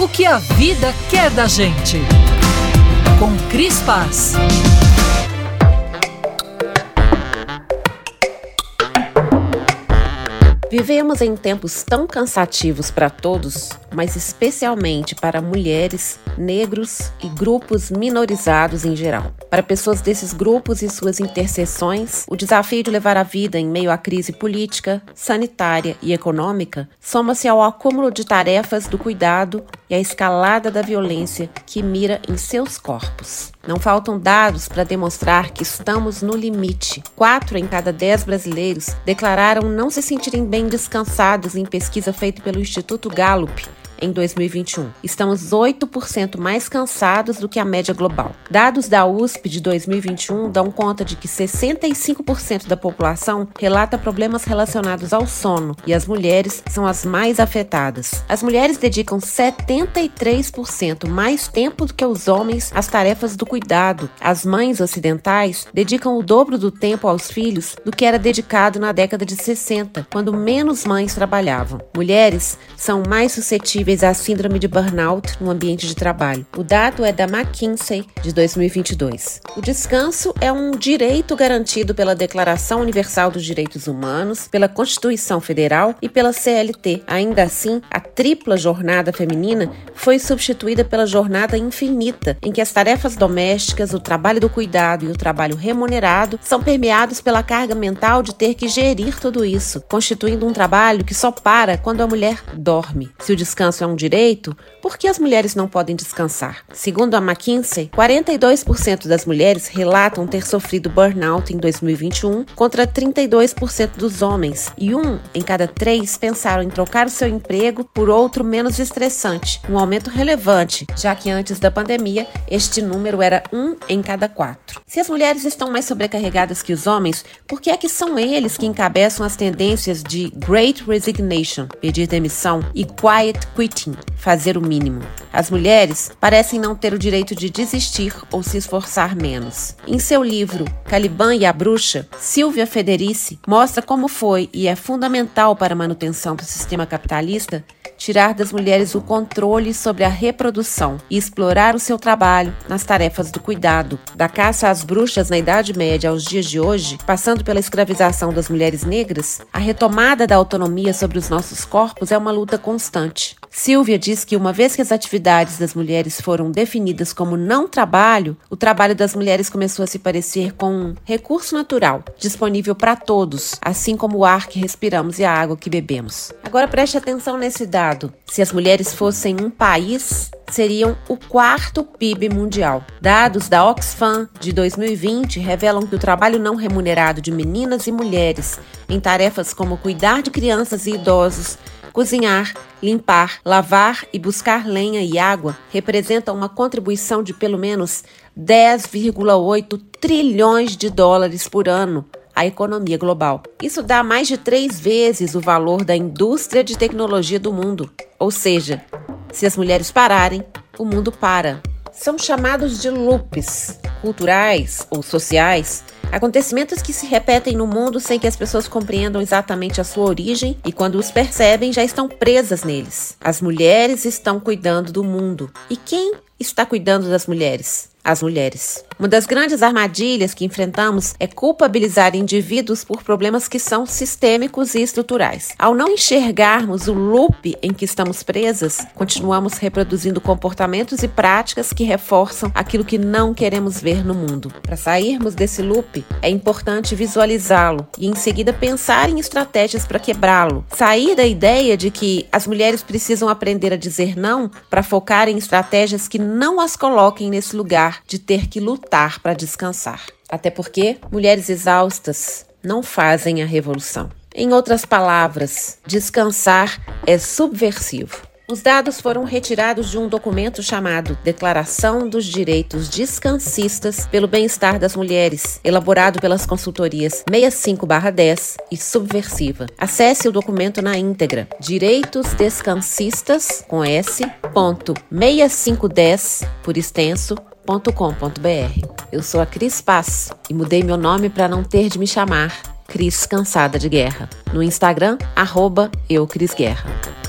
O que a vida quer da gente. Com Cris Paz. Vivemos em tempos tão cansativos para todos, mas especialmente para mulheres, negros e grupos minorizados em geral. Para pessoas desses grupos e suas interseções, o desafio de levar a vida em meio à crise política, sanitária e econômica soma-se ao acúmulo de tarefas do cuidado e à escalada da violência que mira em seus corpos. Não faltam dados para demonstrar que estamos no limite. 4 em cada 10 brasileiros declararam não se sentirem bem descansados em pesquisa feita pelo Instituto Gallup em 2021. Estamos 8% mais cansados do que a média global. Dados da USP de 2021 dão conta de que 65% da população relata problemas relacionados ao sono e as mulheres são as mais afetadas. As mulheres dedicam 73% mais tempo do que os homens às tarefas do cuidado. As mães ocidentais dedicam o dobro do tempo aos filhos do que era dedicado na década de 60, quando menos mães trabalhavam. Mulheres são mais suscetíveis à síndrome de burnout no ambiente de trabalho. O dado é da McKinsey, de 2022. O descanso é um direito garantido pela Declaração Universal dos Direitos Humanos, pela Constituição Federal e pela CLT. Ainda assim, a tripla jornada feminina foi substituída pela jornada infinita, em que as tarefas domésticas, o trabalho do cuidado e o trabalho remunerado são permeados pela carga mental de ter que gerir tudo isso, constituindo um trabalho que só para quando a mulher dorme. Se o descanso é um direito, por que as mulheres não podem descansar? Segundo a McKinsey, 42% das mulheres relatam ter sofrido burnout em 2021, contra 32% dos homens, e 1 em cada 3 pensaram em trocar o seu emprego por outro menos estressante, um aumento relevante, já que antes da pandemia, este número era 1 em cada 4. Se as mulheres estão mais sobrecarregadas que os homens, por que é que são eles que encabeçam as tendências de Great Resignation, pedir demissão, e Quiet Quitting, fazer o mínimo? As mulheres parecem não ter o direito de desistir ou se esforçar menos. Em seu livro Caliban e a Bruxa, Silvia Federici mostra como foi e é fundamental para a manutenção do sistema capitalista tirar das mulheres o controle sobre a reprodução e explorar o seu trabalho nas tarefas do cuidado. Da caça às bruxas na Idade Média aos dias de hoje, passando pela escravização das mulheres negras, a retomada da autonomia sobre os nossos corpos é uma luta constante. Silvia diz que uma vez que as atividades das mulheres foram definidas como não trabalho, o trabalho das mulheres começou a se parecer com um recurso natural, disponível para todos, assim como o ar que respiramos e a água que bebemos. Agora preste atenção nesse dado. Se as mulheres fossem um país, seriam o 4º PIB mundial. Dados da Oxfam de 2020 revelam que o trabalho não remunerado de meninas e mulheres em tarefas como cuidar de crianças e idosos, cozinhar, limpar, lavar e buscar lenha e água representa uma contribuição de pelo menos 10,8 trilhões de dólares por ano à economia global. Isso dá mais de 3 vezes o valor da indústria de tecnologia do mundo. Ou seja, se as mulheres pararem, o mundo para. São chamados de loops culturais ou sociais, acontecimentos que se repetem no mundo sem que as pessoas compreendam exatamente a sua origem e quando os percebem já estão presas neles. As mulheres estão cuidando do mundo. E quem está cuidando das mulheres? As mulheres. Uma das grandes armadilhas que enfrentamos é culpabilizar indivíduos por problemas que são sistêmicos e estruturais. Ao não enxergarmos o loop em que estamos presas, continuamos reproduzindo comportamentos e práticas que reforçam aquilo que não queremos ver no mundo. Para sairmos desse loop, é importante visualizá-lo e em seguida pensar em estratégias para quebrá-lo. Sair da ideia de que as mulheres precisam aprender a dizer não para focar em estratégias que não as coloquem nesse lugar de ter que lutar para descansar. Até porque mulheres exaustas não fazem a revolução. Em outras palavras, descansar é subversivo. Os dados foram retirados de um documento chamado Declaração dos Direitos Descansistas pelo Bem-Estar das Mulheres, elaborado pelas consultorias 65/10 e Subversiva. Acesse o documento na íntegra, direitosdescansistas, com s.6510, por extenso, .com.br. Eu sou a Cris Paz e mudei meu nome para não ter de me chamar Cris Cansada de Guerra. No Instagram, @eucrisguerra.